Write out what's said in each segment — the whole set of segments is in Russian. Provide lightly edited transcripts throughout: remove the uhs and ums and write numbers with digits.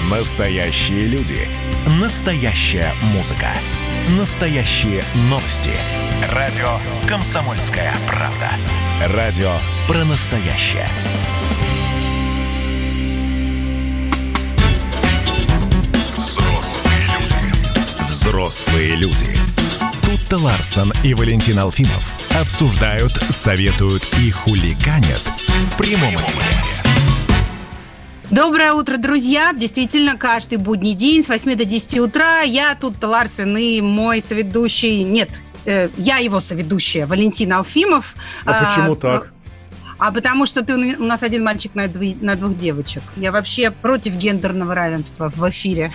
Настоящие люди. Настоящая музыка. Настоящие новости. Радио «Комсомольская правда». Радио про настоящее. Взрослые люди. Взрослые люди. Тутта Ларсон и Валентин Алфимов обсуждают, советуют и хулиганят в прямом эфире. Доброе утро, друзья! Действительно, каждый будний день с 8 до 10 утра я, Тутта Ларсон, и мой соведущий... Нет, я его соведущая, Валентин Алфимов. А почему так? А потому что ты у нас один мальчик на двух девочек. Я вообще против гендерного равенства в эфире.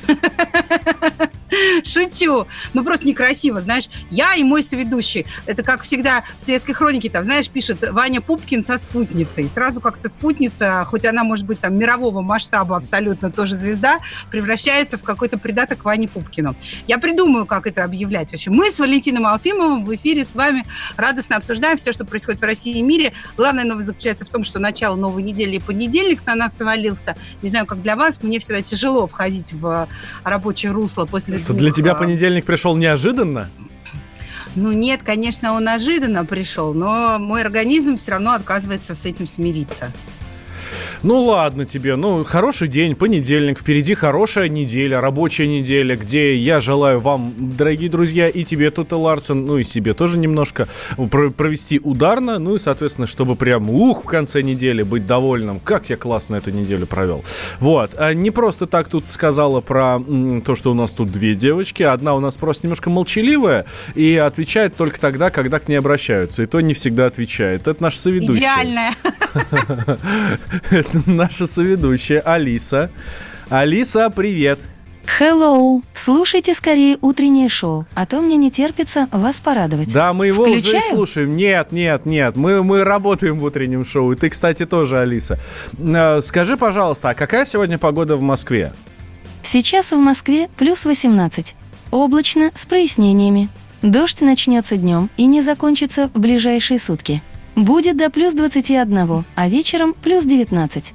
Шучу. Ну, просто некрасиво, знаешь. Я и мой соведущий. Это, как всегда, в «Светской хронике», там, знаешь, пишут Ваня Пупкин со спутницей. Сразу как-то спутница, хоть она может быть там мирового масштаба абсолютно тоже звезда, превращается в какой-то придаток к Ване Пупкину. Я придумаю, как это объявлять. В общем, мы с Валентином Алфимовым в эфире с вами радостно обсуждаем все, что происходит в России и мире. Главная новость заключается в том, что начало новой недели и понедельник на нас свалился. Не знаю, как для вас, мне всегда тяжело входить в рабочее русло после Что для тебя понедельник пришел неожиданно? Ну нет, конечно, он неожиданно пришел, но мой организм все равно отказывается с этим смириться. Ну ладно тебе, хороший день, понедельник, впереди хорошая неделя, рабочая неделя, где я желаю вам, дорогие друзья, и тебе, Тутта Ларсон, и себе тоже немножко провести ударно, и, соответственно, чтобы прям в конце недели быть довольным, как я классно эту неделю провел. Вот, не просто так тут сказала про то, что у нас тут две девочки, одна у нас просто немножко молчаливая и отвечает только тогда, когда к ней обращаются, и то не всегда отвечает. Это наша соведущая. Идеальная. Это наша соведущая Алиса. Алиса, привет. Hello! Слушайте скорее утреннее шоу, а то мне не терпится вас порадовать. Да, мы его Включаем? уже слушаем. Нет. Мы работаем в утреннем шоу. И ты, кстати, тоже, Алиса. Скажи, пожалуйста, а какая сегодня погода в Москве? Сейчас в Москве плюс 18. Облачно, с прояснениями. Дождь начнется днем и не закончится в ближайшие сутки. Будет до плюс 21, а вечером плюс 19.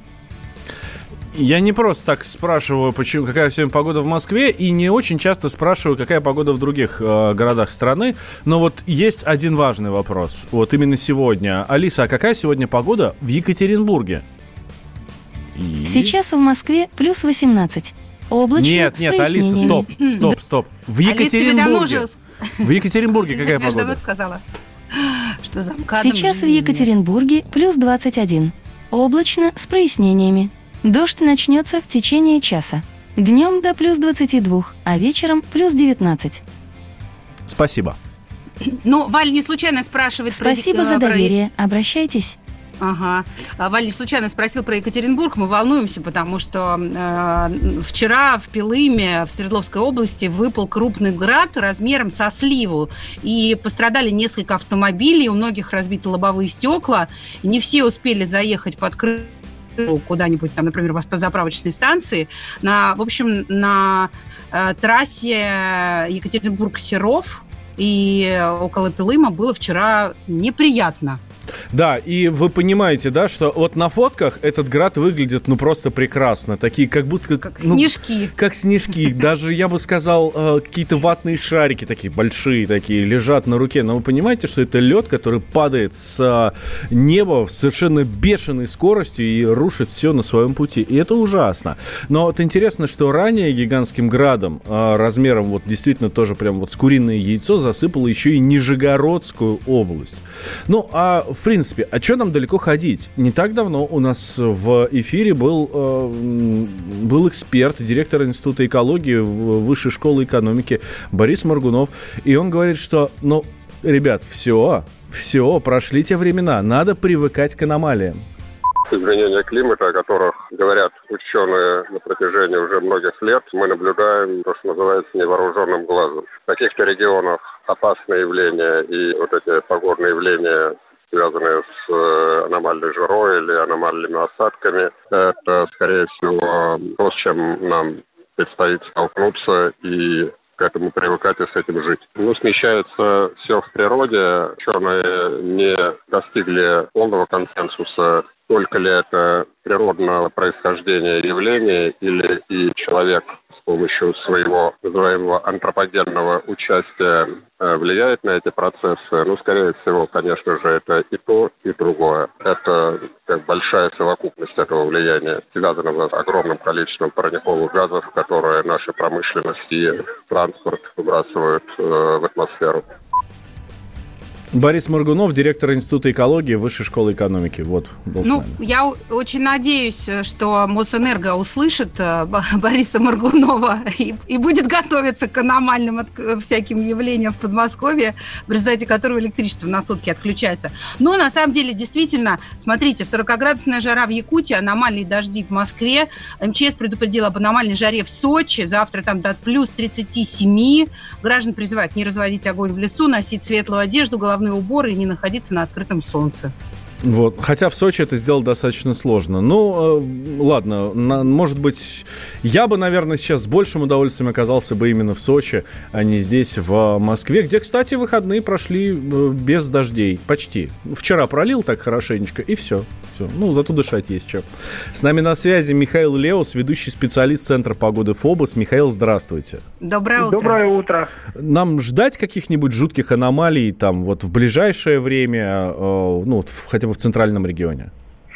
Я не просто так спрашиваю, какая сегодня погода в Москве, и не очень часто спрашиваю, какая погода в других городах страны. Но вот есть один важный вопрос. Вот именно сегодня. Алиса, а какая сегодня погода в Екатеринбурге? Сейчас в Москве плюс 18. Облачно, Нет, с прояснениями. Алиса, стоп. В Екатеринбурге. В Екатеринбурге какая погода? Я тебе сказала, что за МКАДом. Сейчас в Екатеринбурге плюс 21. Облачно, с прояснениями. Дождь начнется в течение часа. Днем до плюс 22, а вечером плюс 19. Спасибо. Валь не случайно спрашивает... Спасибо за доверие. Обращайтесь. Ага. Валь не случайно спросил про Екатеринбург. Мы волнуемся, потому что вчера в Пилыме, в Свердловской области, выпал крупный град размером со сливу. И пострадали несколько автомобилей, у многих разбиты лобовые стекла. И не все успели заехать под крышу куда-нибудь, там, например, в автозаправочной станции. В общем, на трассе Екатеринбург-Серов и около Пилыма было вчера неприятно. Да, и вы понимаете, да, что вот на фотках этот град выглядит, просто прекрасно. Такие, как будто... Как снежки. Как снежки. Даже, я бы сказал, какие-то ватные шарики такие большие, такие, лежат на руке. Но вы понимаете, что это лед, который падает с неба с совершенно бешеной скоростью и рушит все на своем пути. И это ужасно. Но вот интересно, что ранее гигантским градом, размером вот действительно тоже прям вот с куриное яйцо, засыпало еще и Нижегородскую область. В принципе, а что нам далеко ходить? Не так давно у нас в эфире был эксперт, директор Института экологии Высшей школы экономики Борис Моргунов. И он говорит, что, ребят, все, прошли те времена, надо привыкать к аномалиям. Изменения климата, о которых говорят ученые на протяжении уже многих лет, мы наблюдаем то, что называется невооруженным глазом. В каких-то регионах опасные явления и вот эти погодные явления, связанные с аномальной жарой или аномальными осадками, это, скорее всего, то, с чем нам предстоит столкнуться и к этому привыкать и с этим жить. Смещается все в природе. Ученые не достигли полного консенсуса только ли это природного происхождения явление, или и человек с помощью своего называемого антропогенного участия влияет на эти процессы. Ну, скорее всего, конечно же, это и то, и другое. Это большая совокупность этого влияния, связанного с огромным количеством парниковых газов, которые наша промышленность и транспорт выбрасывают в атмосферу. Борис Моргунов, директор Института экологии Высшей школы экономики. Вот, был с нами. Я очень надеюсь, что Мосэнерго услышит Бориса Моргунова и будет готовиться к аномальным всяким явлениям в Подмосковье, в результате которого электричество на сутки отключается. Но на самом деле, действительно, смотрите, 40-градусная жара в Якутии, аномальные дожди в Москве. МЧС предупредил об аномальной жаре в Сочи. Завтра там до плюс 37. Граждан призывают не разводить огонь в лесу, носить светлую одежду, головные уборы и не находиться на открытом солнце. Вот. Хотя в Сочи это сделать достаточно сложно. Ну, ладно, может быть, я бы, наверное, сейчас с большим удовольствием оказался бы именно в Сочи, а не здесь, в Москве, где, кстати, выходные прошли без дождей. Почти. Вчера пролил так хорошенечко, и все. Ну, зато дышать есть чем. С нами на связи Михаил Леус, ведущий специалист Центра погоды ФОБОС. Михаил, здравствуйте. Доброе утро. Доброе утро. Нам ждать каких-нибудь жутких аномалий там вот в ближайшее время, ну, хотя бы в центральном регионе?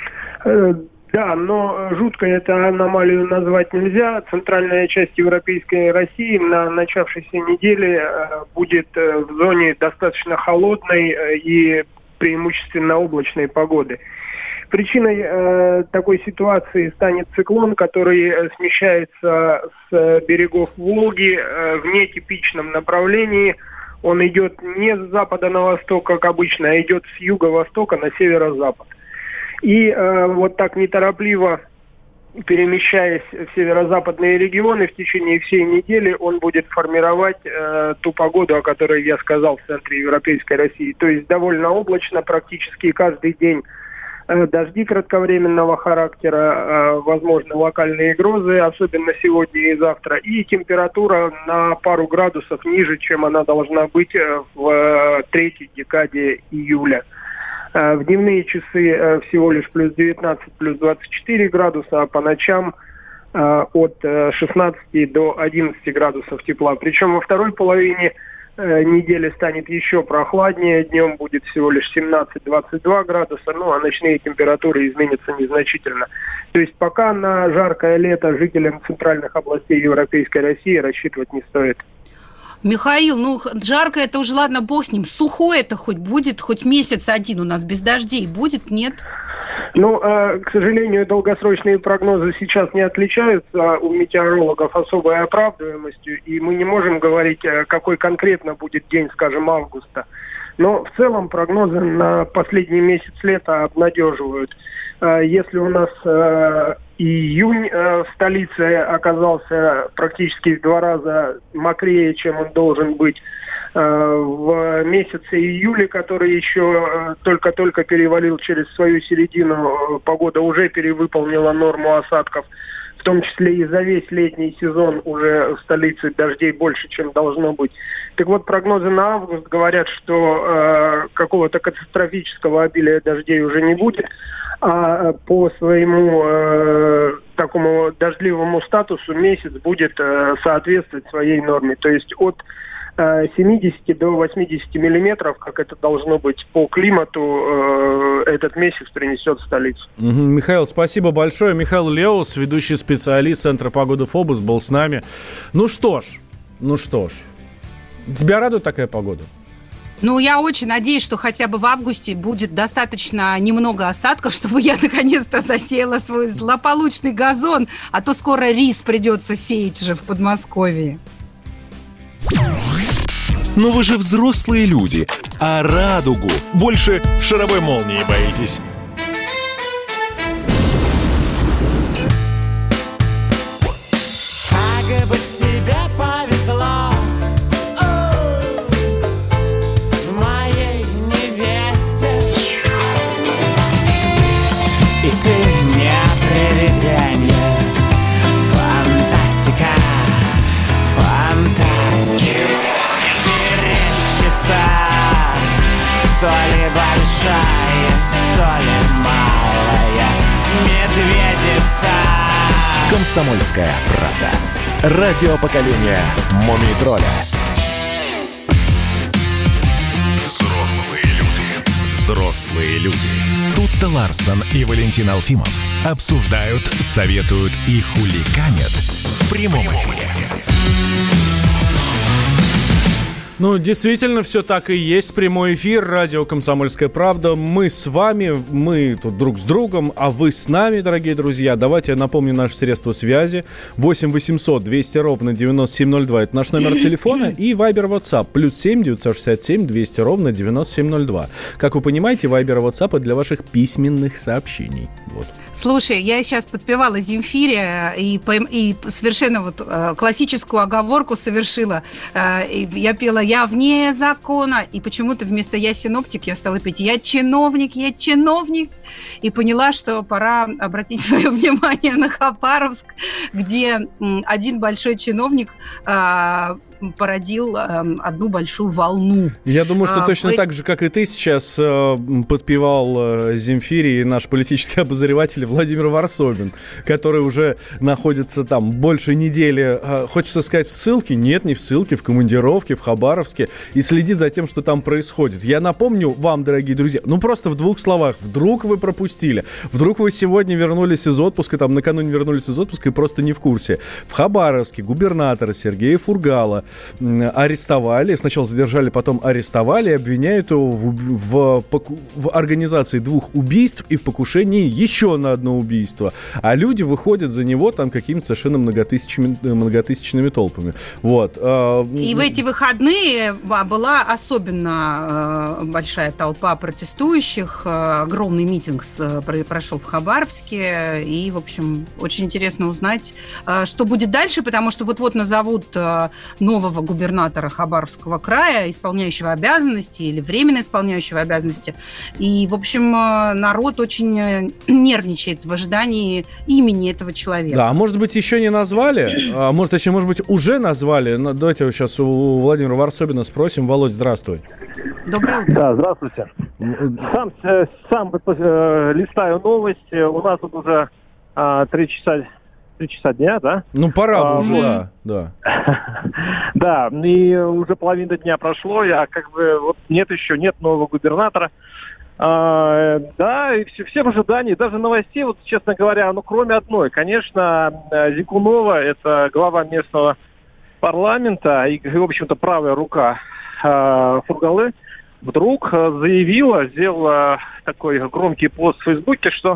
Да, но жутко эту аномалию назвать нельзя. Центральная часть европейской России на начавшейся неделе будет в зоне достаточно холодной и преимущественно облачной погоды. Причиной такой ситуации станет циклон, который смещается с берегов Волги в нетипичном направлении. Он идет не с запада на восток, как обычно, а идет с юго-востока на северо-запад. И вот так неторопливо, перемещаясь в северо-западные регионы, в течение всей недели он будет формировать ту погоду, о которой я сказал, в центре европейской России. То есть довольно облачно, практически каждый день дожди кратковременного характера, возможно, локальные грозы, особенно сегодня и завтра, и температура на пару градусов ниже, чем она должна быть в третьей декаде июля. В дневные часы всего лишь плюс 19, плюс 24 градуса, а по ночам от 16 до 11 градусов тепла. Причем во второй половине недели станет еще прохладнее, днем будет всего лишь 17-22 градуса, ну а ночные температуры изменятся незначительно. То есть пока на жаркое лето жителям центральных областей Европейской России рассчитывать не стоит. Михаил, ну жарко это уже, ладно, бог с ним. Сухое это хоть будет, хоть месяц один у нас без дождей будет, нет? Ну, к сожалению, долгосрочные прогнозы сейчас не отличаются у метеорологов особой оправдываемостью, и мы не можем говорить, какой конкретно будет день, скажем, августа. Но в целом прогнозы на последний месяц лета обнадеживают. Если у нас июнь в столице оказался практически в 2 раза мокрее, чем он должен быть, в месяце июле, который еще только-только перевалил через свою середину, погода уже перевыполнила норму осадков. В том числе и за весь летний сезон уже в столице дождей больше, чем должно быть. Так вот, прогнозы на август говорят, что какого-то катастрофического обилия дождей уже не будет, а по своему такому дождливому статусу месяц будет соответствовать своей норме. То есть от 70 до 80 миллиметров, как это должно быть по климату, этот месяц принесет в столицу. Михаил, спасибо большое. Михаил Леус, ведущий специалист Центра погоды ФОБОС, был с нами. Ну что ж. Тебя радует такая погода? Ну, я очень надеюсь, что хотя бы в августе будет достаточно немного осадков, чтобы я наконец-то засеяла свой злополучный газон, а то скоро рис придется сеять уже в Подмосковье. Но вы же взрослые люди, а радугу больше шаровой молнии боитесь. Как бы тебе повезло, моей невесте, и ты не привидение, фантастика, то ли большая, то ли малая ответится. «Комсомольская правда». Радио поколения «Мумий тролля». Взрослые люди. Взрослые люди. Тутта Ларсон и Валентин Алфимов обсуждают, советуют и хулиганят в прямом эфире. Ну, действительно, все так и есть. Прямой эфир, радио «Комсомольская правда». Мы с вами, мы тут друг с другом, а вы с нами, дорогие друзья. Давайте я напомню наши средства связи. 8 800 200 ровно 9702. Это наш номер телефона. И Viber WhatsApp. +7 967 200 ровно 9702. Как вы понимаете, Viber WhatsApp для ваших письменных сообщений. Вот. Слушай, я сейчас подпевала Земфире и совершенно вот классическую оговорку совершила. Я пела «Я вне закона», и почему-то вместо «Я синоптик» я стала петь «Я чиновник», и поняла, что пора обратить свое внимание на Хабаровск, где один большой чиновник породил одну большую волну. Я думаю, что точно так же, как и ты сейчас подпевал Земфире и наш политический обозреватель Владимир Варсобин, который уже находится там больше недели, хочется сказать, в ссылке? Нет, не в ссылке, в командировке, в Хабаровске, и следит за тем, что там происходит. Я напомню вам, дорогие друзья, просто в двух словах, вдруг вы пропустили, вдруг вы сегодня вернулись из отпуска, там накануне вернулись из отпуска и просто не в курсе. В Хабаровске губернатора Сергея Фургала арестовали, сначала задержали, потом арестовали, обвиняют его в организации 2 убийств и в покушении еще на одно убийство. А люди выходят за него там какими-то совершенно многотысячными толпами. Вот. И в эти выходные была особенно большая толпа протестующих. Огромный митинг прошел в Хабаровске. И, в общем, очень интересно узнать, что будет дальше, потому что вот-вот назовут нового губернатора Хабаровского края, исполняющего обязанности или временно исполняющего обязанности. И, в общем, народ очень нервничает в ожидании имени этого человека. Да, а может быть, еще не назвали? Может быть, уже назвали? Давайте сейчас у Владимира Варсобина спросим. Володь, здравствуй. Доброе утро. Да, здравствуйте. Сам листаю новости. У нас тут уже 3 часа дня, да? Ну, пора бы уже, да. Да, и уже половина дня прошло, нет нового губернатора. Да, и все в ожидании, даже новостей, вот, честно говоря, кроме одной. Конечно, Зикунова, это глава местного парламента и, в общем-то, правая рука Фургалы, вдруг сделала такой громкий пост в Фейсбуке, что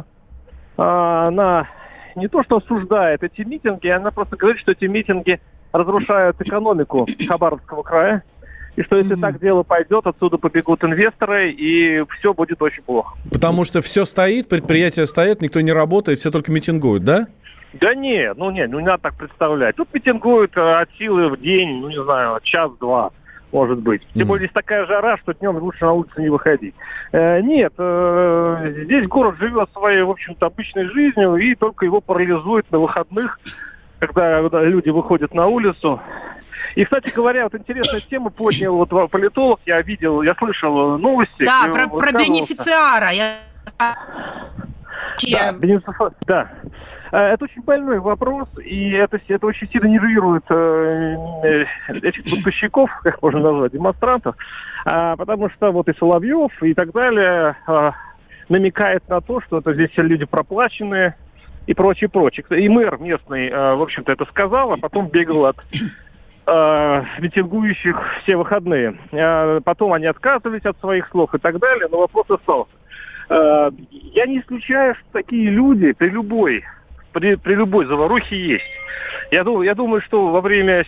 она не то что осуждает эти митинги, она просто говорит, что эти митинги разрушают экономику Хабаровского края, и что если так дело пойдет, отсюда побегут инвесторы, и все будет очень плохо. Потому что все стоит, предприятия стоят, никто не работает, все только митингуют, да? Да не надо так представлять. Тут митингуют от силы в день, час-два. Может быть. Тем более здесь такая жара, что днем лучше на улицу не выходить. Нет, здесь город живет своей, в общем-то, обычной жизнью, и только его парализует на выходных, когда люди выходят на улицу. И, кстати говоря, вот интересная тема поднял политолог, я слышал новости. Да, про бенефициара. Да. Это очень больной вопрос, и это очень сильно нервирует этих поставщиков, как можно назвать, демонстрантов, потому что вот и Соловьев и так далее намекает на то, что это здесь все люди проплаченные и прочее. И мэр местный, в общем-то, это сказал, а потом бегал от митингующих все выходные. Потом они отказывались от своих слов и так далее, но вопрос остался. Я не исключаю, что такие люди при любой заварухе есть. Я думаю, что во время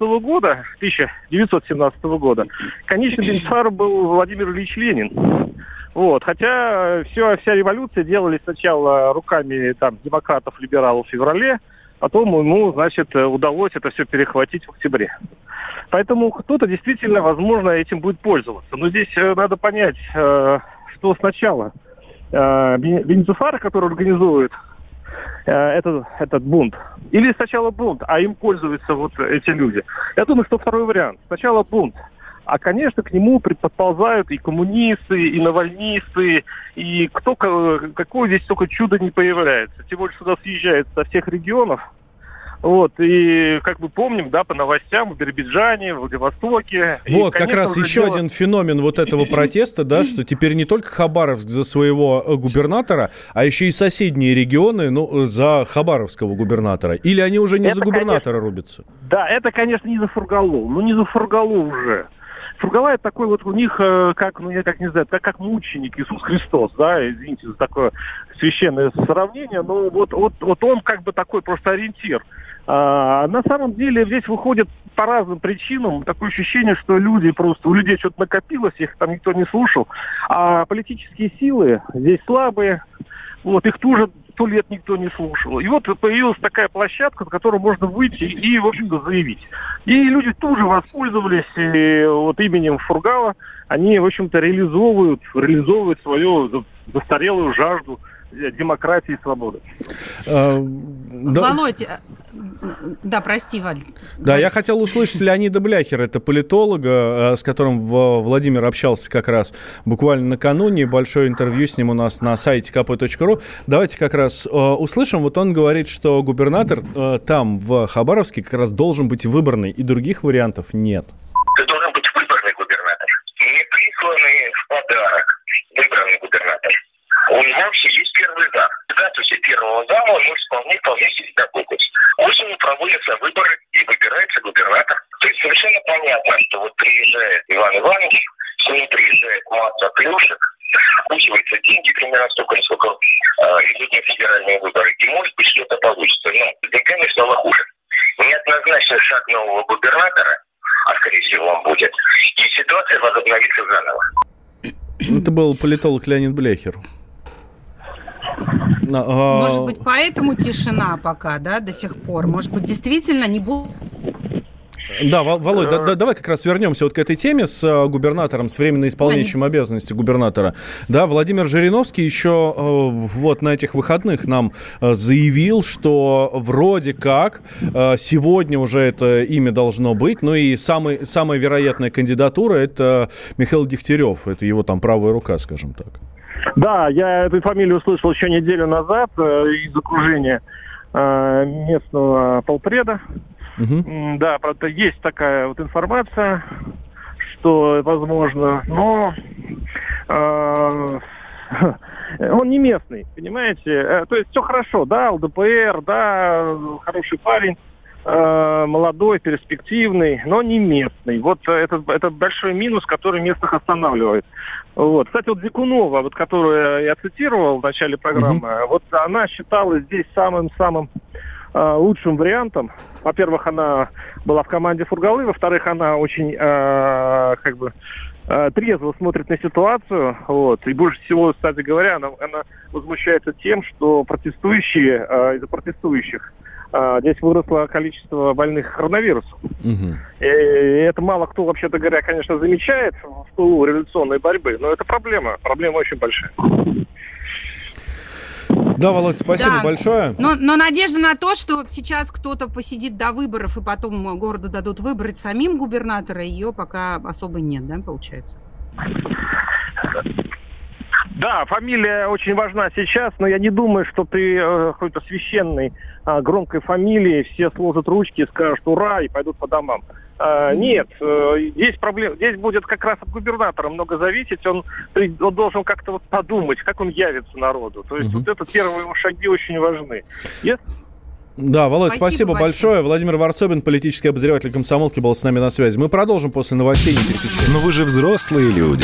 1917 года, конечным бенефициаром был Владимир Ильич Ленин. Вот. Хотя вся революция делалась сначала руками демократов, либералов в феврале, потом ему, удалось это все перехватить в октябре. Поэтому кто-то действительно, возможно, этим будет пользоваться. Но здесь надо понять, что сначала бенефициары, которые организуют этот бунт, или сначала бунт, а им пользуются вот эти люди. Я думаю, что второй вариант. Сначала бунт, А, конечно, к нему подползают и коммунисты, и навальнисты, и какое здесь только чудо не появляется. Тем более сюда съезжают со всех регионов. Вот, и, как мы помним, да, по новостям в Биробиджане, в Владивостоке. Вот, и, как раз еще один феномен вот этого протеста, да, что теперь не только Хабаровск за своего губернатора, а еще и соседние регионы, ну, за хабаровского губернатора. Или они уже не за губернатора, конечно, рубятся? Да, это, конечно, не за Фургалу. Ну, не за Фургалу уже. Фургала — это такой вот у них, как мученик Иисус Христос, да, извините за такое священное сравнение, но вот он как бы такой просто ориентир. На самом деле здесь выходит по разным причинам такое ощущение, что у людей что-то накопилось, их там никто не слушал, а политические силы здесь слабые, вот, их тоже 100 лет никто не слушал. И вот появилась такая площадка, на которую можно выйти и, в общем-то, заявить. И люди тоже воспользовались вот именем Фургала. Они, в общем-то, реализовывают свою застарелую жажду демократии и свободы. Володь, да, прости, Валь. Да, я хотел услышать Леонида Бляхера, это политолога, с которым Владимир общался как раз буквально накануне. Большое интервью с ним у нас на сайте kp.ru. Давайте как раз услышим. Вот он говорит, что губернатор там, в Хабаровске, как раз должен быть выборный, и других вариантов нет. Это должен быть выборный губернатор. Не присланный в подарок выбранный губернатор. У него вообще есть первый зам. В статусе первого зама он может вполне себе докупить. Осенью проводятся выборы и выбирается губернатор. То есть совершенно понятно, что вот приезжает Иван Иванович, с ним приезжает масса плюшек, вкусиваются деньги примерно столько, сколько идут на федеральные выборы. И может быть что-то получится. Но с деньгами стало хуже. Неоднозначный шаг нового губернатора, а скорее всего он будет, и ситуация возобновится заново. Это был политолог Леонид Бляхер. Может быть, поэтому тишина пока, да, до сих пор? Может быть, действительно не будет... Да, Володь, давай как раз вернемся вот к этой теме с губернатором, с временно исполняющим обязанности губернатора. Да, Владимир Жириновский еще вот на этих выходных нам заявил, что вроде как сегодня уже это имя должно быть, но и самая вероятная кандидатура — это Михаил Дегтярев, это его там правая рука, скажем так. Да, я эту фамилию услышал еще неделю назад из окружения местного полпреда. Угу. Да, правда, есть такая вот информация, что возможно, но он не местный, понимаете? То есть все хорошо, да, ЛДПР, да, хороший парень, молодой, перспективный, но не местный. Вот это большой минус, который местных останавливает. Вот. Кстати, вот Зикунова, вот, которую я цитировал в начале программы, вот она считалась здесь самым-самым лучшим вариантом. Во-первых, она была в команде Фургалы, во-вторых, она очень трезво смотрит на ситуацию, вот, и больше всего, кстати говоря, она возмущается тем, что из-за протестующих здесь выросло количество больных коронавирусом. Угу. И это мало кто, вообще-то говоря, конечно, замечает в пылу революционной борьбы, но это проблема очень большая. Да, Володь, спасибо большое. Но надежда на то, что сейчас кто-то посидит до выборов, и потом городу дадут выбрать самим губернатора, ее пока особо нет, да, получается? Да, фамилия очень важна сейчас, но я не думаю, что при какой-то священной громкой фамилии все сложат ручки и скажут «ура» и пойдут по домам. Нет, здесь проблема. Здесь будет как раз от губернатора много зависеть. Он должен как-то вот подумать, как он явится народу. То есть вот это первые его шаги очень важны. Да, Володь, спасибо большое. Владимир Варсобин, политический обозреватель «Комсомолки», был с нами на связи. Мы продолжим после новостей. Не переключайтесь. Но вы же взрослые люди.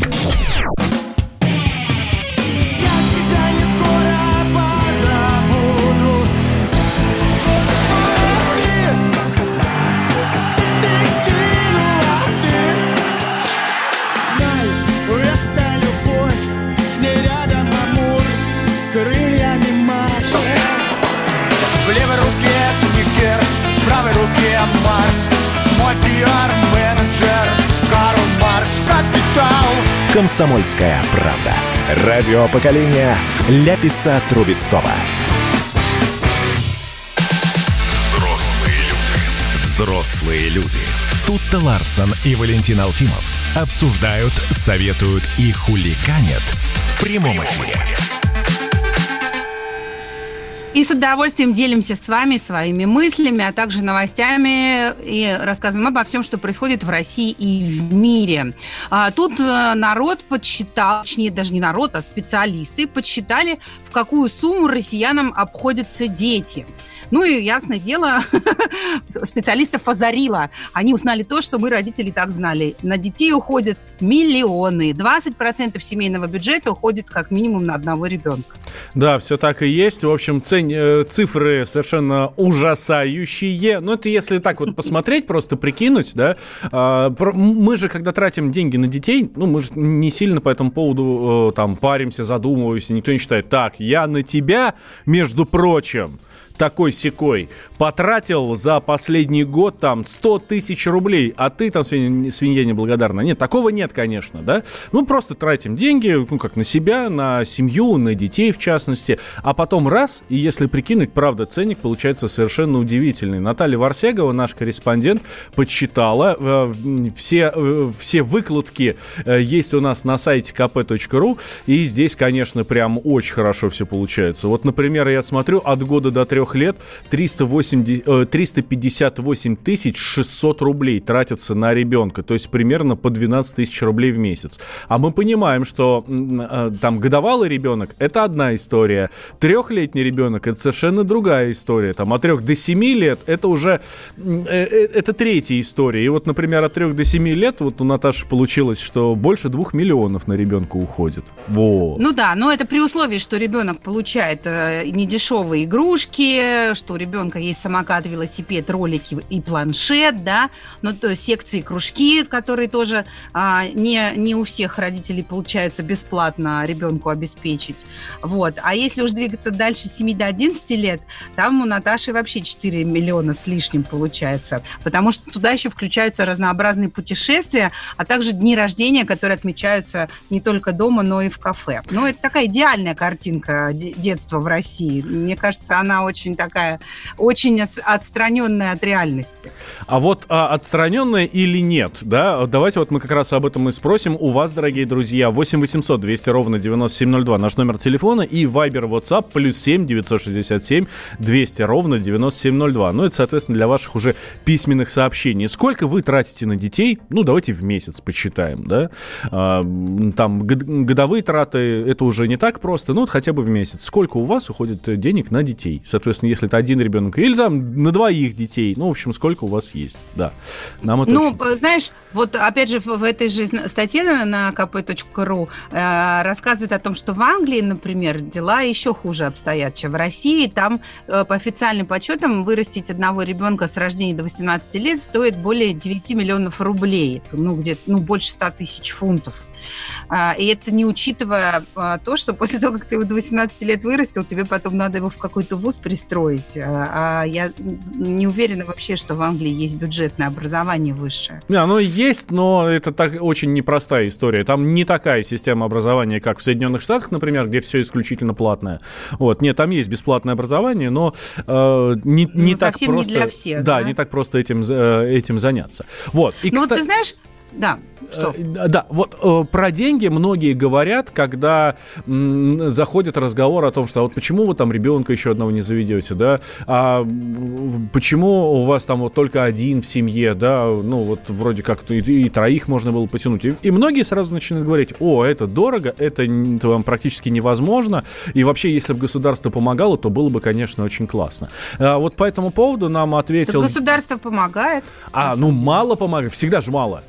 «Комсомольская правда». Радио поколения Ляписа Трубецкого. Взрослые люди. Тут-то Ларсон и Валентин Алфимов обсуждают, советуют и хулиганят в прямом эфире. И с удовольствием делимся с вами своими мыслями, а также новостями и рассказываем обо всем, что происходит в России и в мире. Тут народ подсчитал, точнее, даже не народ, а специалисты подсчитали, в какую сумму россиянам обходятся дети. Ну и, ясное дело, специалистов озарило. Они узнали то, что мы, родители, так знали. На детей уходят миллионы. 20% семейного бюджета уходит как минимум на одного ребенка. Да, все так и есть. В общем, цифры совершенно ужасающие. Но это если так вот посмотреть, просто прикинуть, да. Мы же, когда тратим деньги на детей, мы же не сильно по этому поводу там паримся, задумываемся. Никто не считает, так, я на тебя, между прочим, такой-сякой, потратил за последний год там 100 тысяч рублей, а ты там свинья неблагодарная. Нет, такого нет, конечно, да. Просто тратим деньги, как на себя, на семью, на детей в частности, а потом раз, и если прикинуть, правда, ценник получается совершенно удивительный. Наталья Варсегова, наш корреспондент, подсчитала, все выкладки есть у нас на сайте kp.ru, и здесь, конечно, прям очень хорошо все получается. Вот, например, я смотрю, от года до 3 лет 358 600 рублей тратятся на ребенка, то есть примерно по 12 тысяч рублей в месяц. А мы понимаем, что там годовалый ребенок – это одна история, 3-летний ребенок – это совершенно другая история, там от 3 до 7 лет – это уже это третья история. И вот, например, от 3 до 7 лет вот у Наташи получилось, что больше 2 миллионов на ребенка уходит. Вот. Ну да, но это при условии, что ребенок получает недешевые игрушки, что у ребенка есть самокат, велосипед, ролики и планшет, да, но секции, кружки, которые тоже не у всех родителей получается бесплатно ребенку обеспечить. Вот. А если уж двигаться дальше с 7 до 11 лет, там у Наташи вообще 4 миллиона с лишним получается, потому что туда еще включаются разнообразные путешествия, а также дни рождения, которые отмечаются не только дома, но и в кафе. Ну, это такая идеальная картинка детства в России. Мне кажется, она очень такая, очень отстраненная от реальности. А вот отстраненная или нет, да? Давайте вот мы как раз об этом и спросим у вас, дорогие друзья. 8 800 200 ровно 9702 наш номер телефона и Viber, WhatsApp +7 967 200 ровно 9702. Ну, это, соответственно, для ваших уже письменных сообщений. Сколько вы тратите на детей? Ну, давайте в месяц посчитаем, да? Там годовые траты, это уже не так просто, ну, вот хотя бы в месяц. Сколько у вас уходит денег на детей? Соответственно, если это один ребенок, или там на 2 детей. Ну, в общем, сколько у вас есть. Да. Нам это знаешь, вот опять же в этой же статье на kp.ru рассказывает о том, что в Англии, например, дела еще хуже обстоят, чем в России. Там по официальным подсчетам вырастить одного ребенка с рождения до 18 лет стоит более 9 миллионов рублей. Это, где-то больше 100 тысяч фунтов. И это не учитывая то, что после того, как ты его до 18 лет вырастил, тебе потом надо его в какой-то вуз пристроить. А я не уверена вообще, что в Англии есть бюджетное образование высшее. Оно есть, но это так очень непростая история. Там не такая система образования, как в Соединенных Штатах, например, где все исключительно платное. Вот. Нет, там есть бесплатное образование, но не так совсем просто... не для всех. Да, не так просто этим заняться. Вот. И, вот ты знаешь... Да, что? Да, вот про деньги многие говорят, когда заходит разговор о том, что вот почему вы там ребенка еще одного не заведете, да, а почему у вас там вот только один в семье, да, ну вот вроде как и 3 можно было потянуть. И многие сразу начинают говорить, это дорого, это вам практически невозможно, и вообще, если бы государство помогало, то было бы, конечно, очень классно. Вот по этому поводу нам ответил... Так государство помогает. Мало помогает, всегда же мало.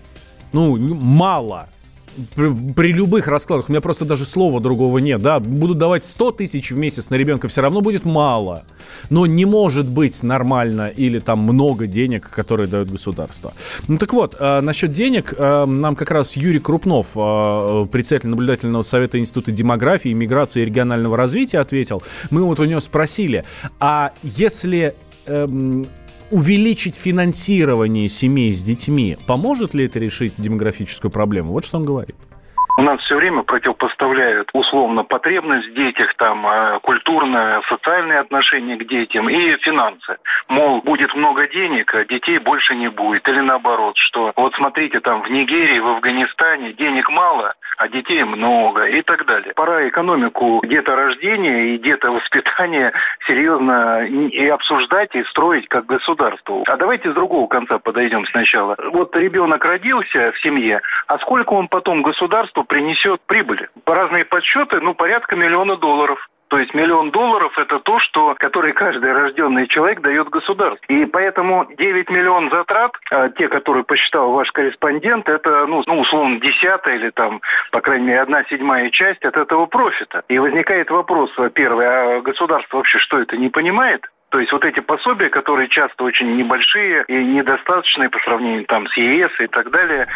Мало. При любых раскладах. У меня просто даже слова другого нет, да. Будут давать 100 тысяч в месяц на ребенка, все равно будет мало. Но не может быть нормально или там много денег, которые дает государство. Ну так вот, насчет денег нам как раз Юрий Крупнов, председатель наблюдательного совета Института демографии, миграции и регионального развития, ответил. Мы вот у него спросили, а если... увеличить финансирование семей с детьми, поможет ли это решить демографическую проблему? Вот что он говорит. У нас нас все время противопоставляют условно потребность в детях, там, культурное, социальное отношение к детям и финансы. Мол, будет много денег, а детей больше не будет. Или наоборот, что вот смотрите, там в Нигерии, в Афганистане денег мало, а детей много и так далее. Пора экономику деторождения и детовоспитания серьезно и обсуждать, и строить как государство. А давайте с другого конца подойдем сначала. Вот ребенок родился в семье, а сколько он потом государству принесет прибыли? По разные подсчеты, порядка $1 миллиона. То есть $1 миллион – это то, который каждый рожденный человек дает государству. И поэтому 9 миллионов затрат, те, которые посчитал ваш корреспондент, это, условно, 10-я или там, по крайней мере, 1/7 часть от этого профита. И возникает вопрос, первый, а государство вообще что это не понимает? То есть вот эти пособия, которые часто очень небольшие и недостаточные по сравнению там с ЕС и так далее.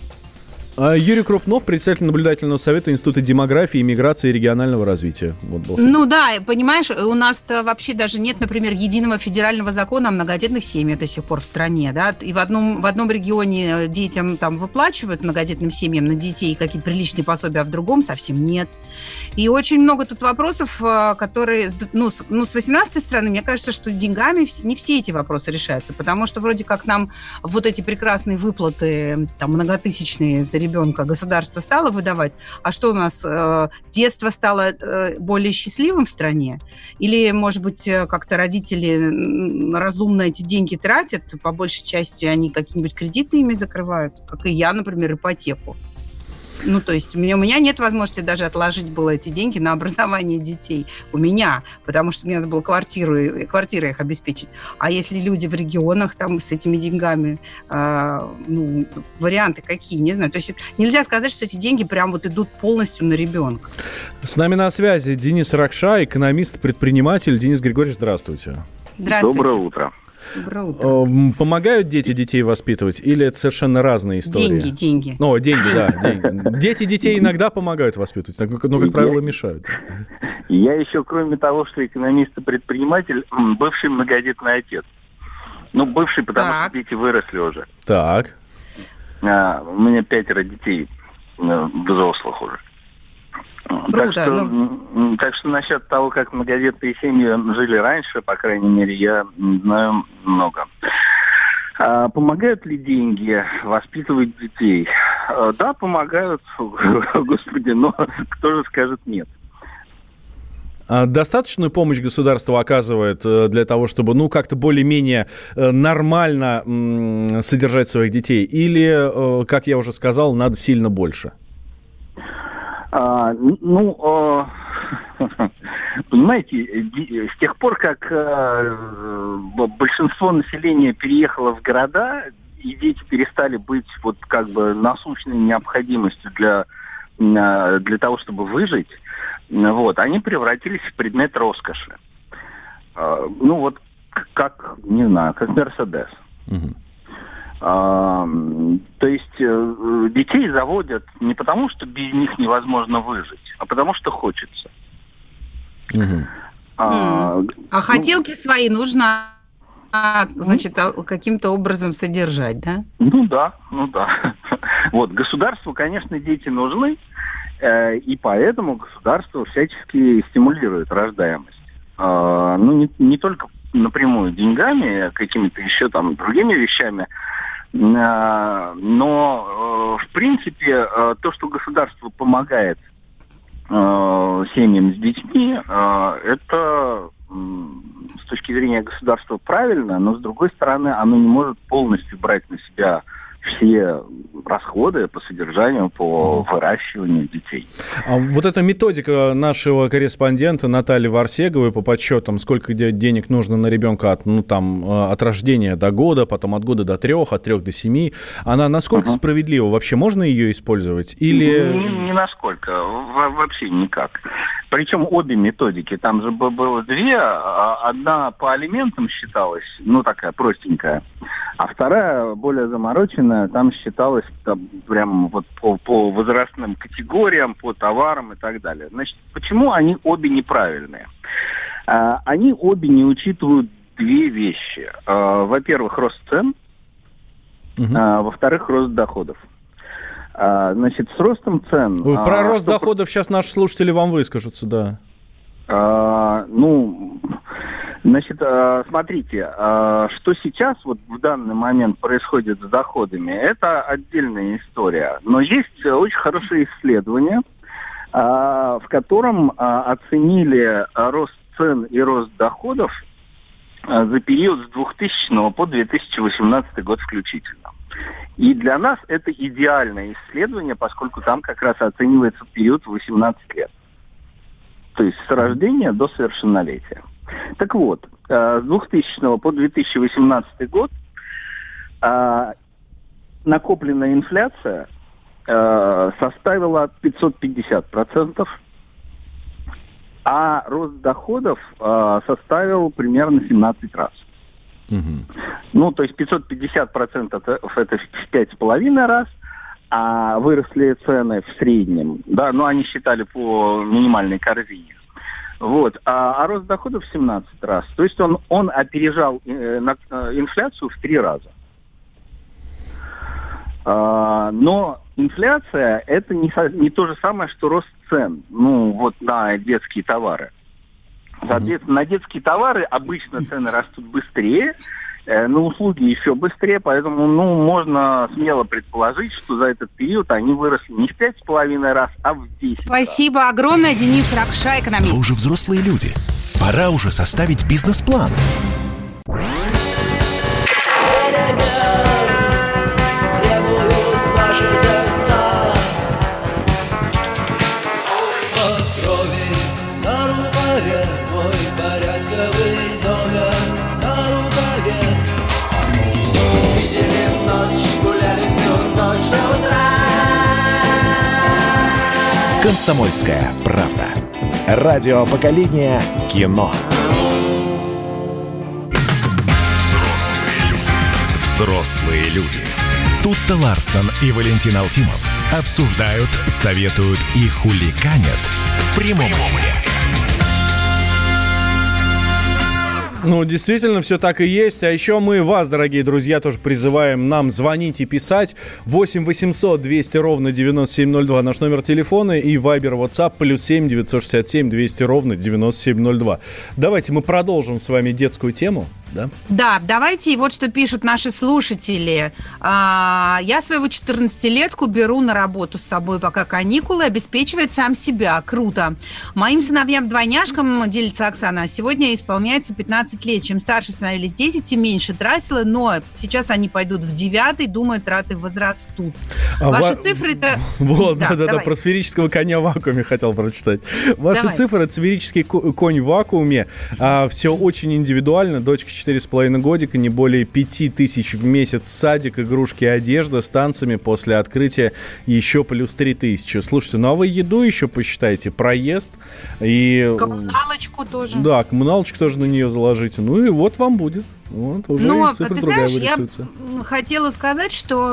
Юрий Крупнов, председатель наблюдательного совета Института демографии, миграции и регионального развития. Понимаешь, у нас-то вообще даже нет, например, единого федерального закона о многодетных семьях до сих пор в стране, да, и в одном регионе детям там выплачивают, многодетным семьям на детей какие-то приличные пособия, а в другом совсем нет. И очень много тут вопросов, которые, с 18-й стороны, мне кажется, что деньгами не все эти вопросы решаются, потому что вроде как нам вот эти прекрасные выплаты, там, многотысячные за ребенка государство стало выдавать, а что у нас, детство стало более счастливым в стране? Или, может быть, как-то родители разумно эти деньги тратят, по большей части они какие-нибудь кредиты ими закрывают, как и я, например, ипотеку. То есть у меня нет возможности даже отложить было эти деньги на образование детей. У меня, потому что мне надо было квартирой их обеспечить. А если люди в регионах там с этими деньгами, варианты какие, не знаю. То есть нельзя сказать, что эти деньги прям вот идут полностью на ребенка. С нами на связи Денис Ракша, экономист-предприниматель. Денис Григорьевич, здравствуйте. Здравствуйте. Доброе утро. Доброе утро. Помогают дети детей воспитывать или это совершенно разные истории? Деньги. Деньги. Дети детей иногда помогают воспитывать, но, как правило, мешают. Я еще, кроме того, что экономист и предприниматель, бывший многодетный отец. Бывший, потому что дети выросли уже. Так. У меня 5 детей, взрослых уже. Круто, так что насчет того, как многодетные семьи жили раньше, по крайней мере, я знаю много. Помогают ли деньги воспитывать детей? Да, помогают, господи, но кто же скажет нет? Достаточную помощь государство оказывает для того, чтобы, как-то более-менее нормально содержать своих детей? Или, как я уже сказал, надо сильно больше? Понимаете, с тех пор, как большинство населения переехало в города, и дети перестали быть насущной необходимостью для того, чтобы выжить, они превратились в предмет роскоши. Как Мерседес. Угу. То есть детей заводят не потому, что без них невозможно выжить, а потому что хочется. Хотелки свои нужно, каким-то образом содержать, да? Да. Вот, государству, конечно, дети нужны, и поэтому государство всячески стимулирует рождаемость. Не только напрямую деньгами, какими-то еще там другими вещами, но в принципе то, что государство помогает семьям с детьми, это с точки зрения государства правильно, но с другой стороны оно не может полностью брать на себя все расходы по содержанию, по выращиванию детей. Вот эта методика нашего корреспондента Натальи Варсеговой по подсчетам, сколько денег нужно на ребенка от рождения до года, потом от года до 3, от 3 до 7, она насколько справедлива? Вообще можно ее использовать? Или... Ни насколько. Вообще никак. Причем обе методики. Там же было 2. Одна по алиментам считалась, такая простенькая, а вторая, более замороченная, там считалась прямо по возрастным категориям, по товарам и так далее. Значит, почему они обе неправильные? Они обе не учитывают 2 вещи. Во-первых, рост цен, во-вторых, рост доходов. Значит, с ростом цен... Про рост доходов сейчас наши слушатели вам выскажутся, да. Значит, смотрите, что сейчас вот в данный момент происходит с доходами, это отдельная история. Но есть очень хорошее исследование, в котором оценили рост цен и рост доходов за период с 2000 по 2018 год включительно. И для нас это идеальное исследование, поскольку там как раз оценивается период 18 лет. То есть с рождения до совершеннолетия. Так вот, с 2000 по 2018 год накопленная инфляция составила 550%, а рост доходов составил примерно 17 раз. Ну, то есть 550% это в 5,5 раз, а выросли цены в среднем, да, но они считали по минимальной корзине. Вот, а рост доходов в 17 раз. То есть он опережал инфляцию в 3 раза. Но инфляция это не то же самое, что рост цен, ну, вот на детские товары. Соответственно, на детские товары обычно цены растут быстрее, на услуги еще быстрее, поэтому, можно смело предположить, что за этот период они выросли не в 5,5 раз, а в 10 Спасибо огромное, Денис Ракша, экономист. Вы уже взрослые люди. Пора уже составить бизнес-план. «Комсомольская правда». Радио поколения кино. Взрослые люди. Тут-то Ларсон и Валентин Алфимов обсуждают, советуют и хулиганят в прямом эфире. Ну, действительно, все так и есть. А еще мы вас, дорогие друзья, тоже призываем нам звонить и писать. 8 800 200 ровно 9702 наш номер телефона и Viber, WhatsApp +7 967 200 ровно 9702. Давайте мы продолжим с вами детскую тему. Да? Да, давайте, и вот что пишут наши слушатели. Я своего 14-летку беру на работу с собой, пока каникулы, обеспечивает сам себя. Круто. Моим сыновьям-двойняшкам, делится Оксана, сегодня исполняется 15 лет. Чем старше становились дети, тем меньше тратила, но сейчас они пойдут в 9-й, думаю, траты возрастут. Ваши цифры это... Вот, да, про сферического коня в вакууме хотел прочитать. Ваши цифры, это сферический конь в вакууме. Все очень индивидуально. Дочка 4,5 годика, не более 5000 в месяц, садик, игрушки, одежда, с танцами, после открытия еще плюс 3000. Слушайте, ну а вы еду еще посчитайте, проезд и... Коммуналочку тоже. Да, коммуналочку тоже на нее заложите. Ну и вот вам будет. Вот, уже цифра другая вырисуется. Я хотела сказать, что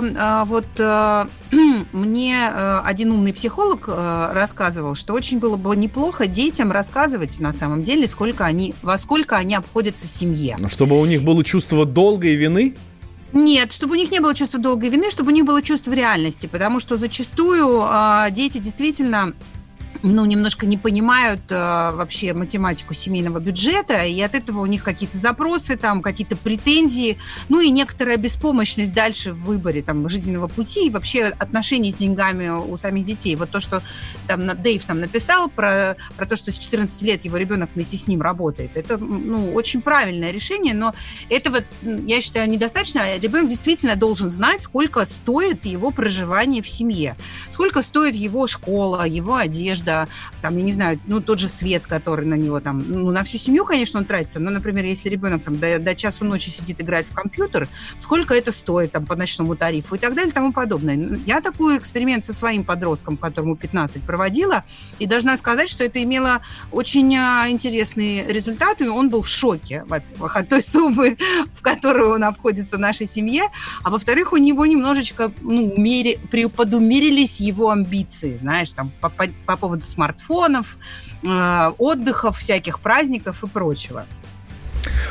мне один умный психолог рассказывал, что очень было бы неплохо детям рассказывать на самом деле, во сколько они обходятся семье. Чтобы у них было чувство долга и вины? Нет, чтобы у них не было чувства долга и вины, чтобы у них было чувство реальности, потому что зачастую дети действительно... немножко не понимают вообще математику семейного бюджета, и от этого у них какие-то запросы, там, какие-то претензии, ну и некоторая беспомощность дальше в выборе там, жизненного пути и вообще отношений с деньгами у самих детей. Вот то, что там Дэйв там написал про то, что с 14 лет его ребенок вместе с ним работает, это очень правильное решение, но этого, я считаю, недостаточно. Ребенок действительно должен знать, сколько стоит его проживание в семье, сколько стоит его школа, его одежда, там, я не знаю, тот же свет, который на него там, на всю семью, конечно, он тратится, но, например, если ребенок там до часу ночи сидит играть в компьютер, сколько это стоит там по ночному тарифу и так далее и тому подобное. Я такой эксперимент со своим подростком, которому 15, проводила, и должна сказать, что это имело очень интересные результаты. Он был в шоке, во-первых, от той суммы, в которую он обходится в нашей семье, а во-вторых, у него немножечко подумерились его амбиции, знаешь, там, по поводу смартфонов, отдыхов, всяких праздников и прочего.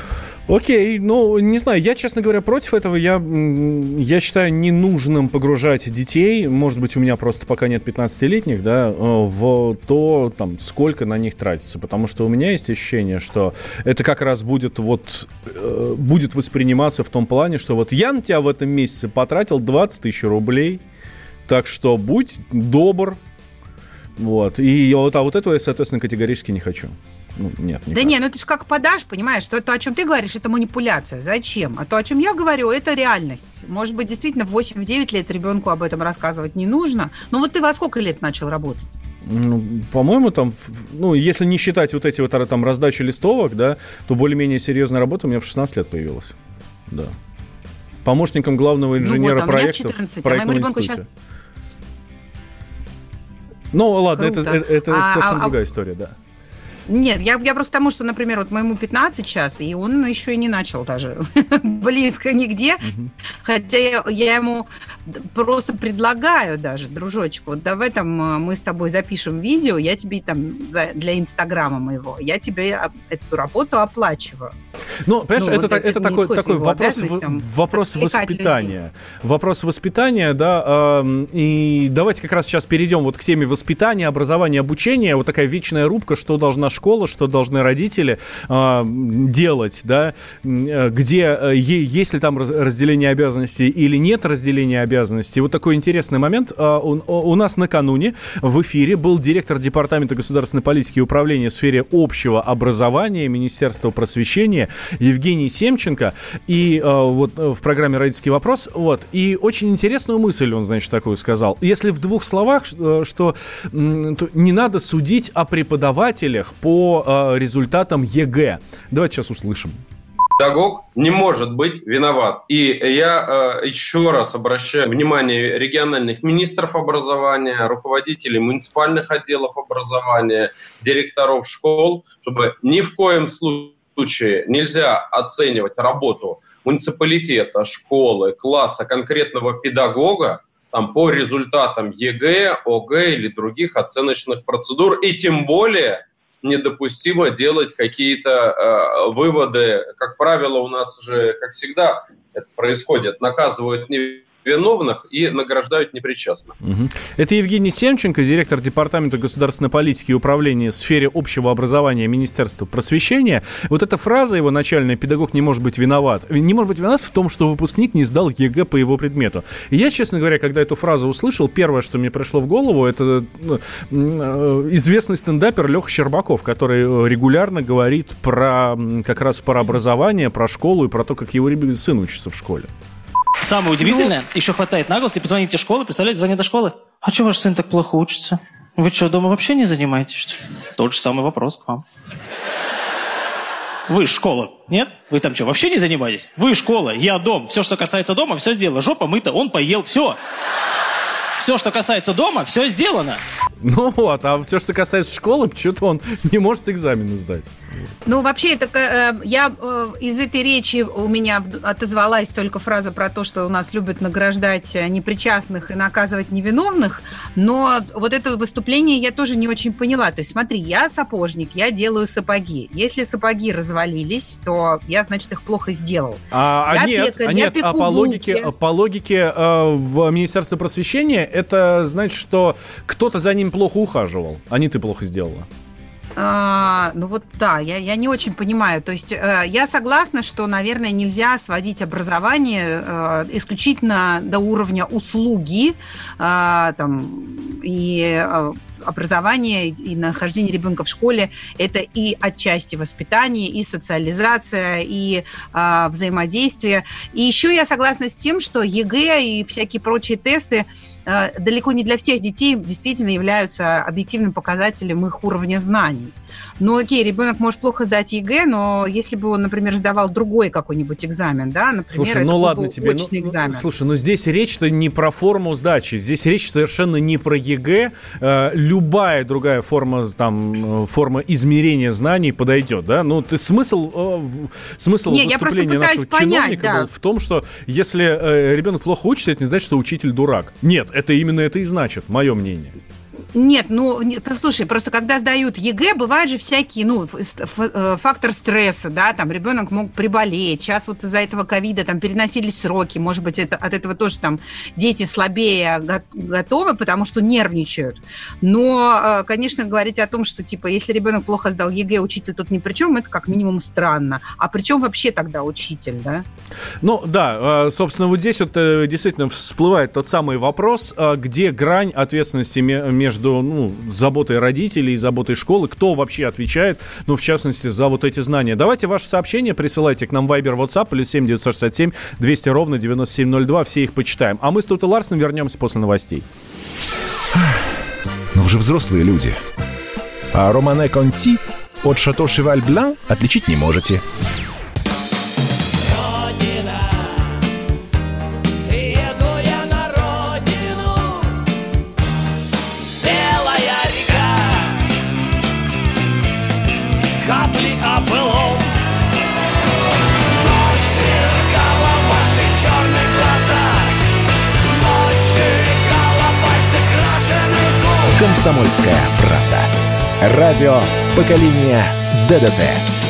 Окей, ну, не знаю, я, честно говоря, против этого. Я считаю ненужным погружать детей, может быть, у меня просто пока нет 15-летних, да, в то, там, сколько на них тратится. Потому что у меня есть ощущение, что это как раз будет восприниматься в том плане, что вот я на тебя в этом месяце потратил 20 тысяч рублей, так что будь добр. Вот. И вот этого я, соответственно, категорически не хочу. Ну, нет, да не, ну ты же как подашь, понимаешь, что то, о чем ты говоришь, это манипуляция. Зачем? А то, о чем я говорю, это реальность. Может быть, действительно, в 8-9 лет ребенку об этом рассказывать не нужно. Но вот ты во сколько лет начал работать? Ну, по-моему, там, ну, если не считать вот эти вот там раздачи листовок, да, то более-менее серьезная работа у меня в 16 лет появилась. Да. Помощником главного инженера проектов в проектном институте. Сейчас... Ну, ладно, это совершенно другая история, да. Нет, я просто тому, что, например, вот моему 15 сейчас, и он еще и не начал даже близко нигде, хотя я ему просто предлагаю даже, дружочек, вот давай там мы с тобой запишем видео, я тебе там для Инстаграма моего, я тебе эту работу оплачиваю. Ну, понимаешь, вот это такой вопрос воспитания. Вопрос воспитания, да, и давайте как раз сейчас перейдем вот к теме воспитания, образования, обучения, вот такая вечная рубка, что должна школа, что должны родители делать, да, где есть ли там разделение обязанностей или нет разделения обязанностей. Вот такой интересный момент. У нас накануне в эфире был директор Департамента государственной политики и управления в сфере общего образования Министерства просвещения Евгений Семченко, и вот в программе «Родительский вопрос», вот, и очень интересную мысль он, значит, такую сказал. Если в двух словах, что не надо судить о преподавателях по результатам ЕГЭ. Давайте сейчас услышим. Педагог не может быть виноват. И я еще раз обращаю внимание региональных министров образования, руководителей муниципальных отделов образования, директоров школ, чтобы ни в коем случае нельзя оценивать работу муниципалитета, школы, класса, конкретного педагога там, по результатам ЕГЭ, ОГЭ или других оценочных процедур. И тем более недопустимо делать какие-то выводы. Как правило, у нас же, как всегда, это происходит, наказывают невиновных и награждают непричастных. Это Евгений Семченко, директор Департамента государственной политики и управления в сфере общего образования Министерства просвещения. Вот эта фраза его начальная: «Педагог не может быть виноват». Не может быть виноват в том, что выпускник не сдал ЕГЭ по его предмету. И я, честно говоря, когда эту фразу услышал, первое, что мне пришло в голову, это известный стендапер Леха Щербаков, который регулярно говорит как раз про образование, про школу и про то, как его сын учится в школе. Самое удивительное, еще хватает наглости позвонить в школу, представляете, звонят до школы. А что ваш сын так плохо учится? Вы что, дома вообще не занимаетесь, что ли? Тот же самый вопрос к вам. Вы школа, нет? Вы там что, вообще не занимаетесь? Вы школа, я дом. Все, что касается дома, все сделано. Жопа мыта, он поел, все. Все, что касается дома, все сделано. Ну вот, а все, что касается школы, почему-то он не может экзамены сдать. Ну, вообще, это я из этой речи у меня отозвалась только фраза про то, что у нас любят награждать непричастных и наказывать невиновных, но вот это выступление я тоже не очень поняла. То есть, смотри, я сапожник, я делаю сапоги. Если сапоги развалились, то я, значит, их плохо сделал. Нет, по логике в Министерстве просвещения это значит, что кто-то за ним плохо ухаживал, а не ты плохо сделала. Ну вот да, я не очень понимаю. То есть я согласна, что, наверное, нельзя сводить образование исключительно до уровня услуги и образование и нахождение ребенка в школе – это и отчасти воспитание, и социализация, и взаимодействие. И еще я согласна с тем, что ЕГЭ и всякие прочие тесты далеко не для всех детей действительно являются объективным показателем их уровня знаний. Ну, окей, ребенок может плохо сдать ЕГЭ, но если бы он, например, сдавал другой какой-нибудь экзамен, да, например, слушай, это ладно был тебе, очный экзамен. Слушай, здесь речь-то не про форму сдачи, здесь речь совершенно не про ЕГЭ. Любая другая форма измерения знаний подойдет, да? Ну, смысл выступления нашего чиновника был в том, что если ребенок плохо учится, это не значит, что учитель дурак. Нет, это именно это и значит, мое мнение. Нет, послушай, просто когда сдают ЕГЭ, бывают же всякие, фактор стресса, да, там ребенок мог приболеть, сейчас вот из-за этого ковида там переносились сроки, может быть, от этого тоже там дети слабее готовы, потому что нервничают. Но, конечно, говорить о том, что, типа, если ребенок плохо сдал ЕГЭ, учитель тут ни при чем, это как минимум странно. А при чем вообще тогда учитель, да? Ну, да, собственно, вот здесь вот действительно всплывает тот самый вопрос, где грань ответственности между заботой родителей и заботой школы, кто вообще отвечает, в частности, за вот эти знания. Давайте ваши сообщения присылайте к нам в Viber, WhatsApp, +7 967 200 ровно 9702, все их почитаем. А мы с Тутой Ларсен вернемся после новостей. Но вы же взрослые люди. А Романе Конти от Шато Шеваль Блан отличить не можете. «Комсомольская правда». Радио поколения ДДТ.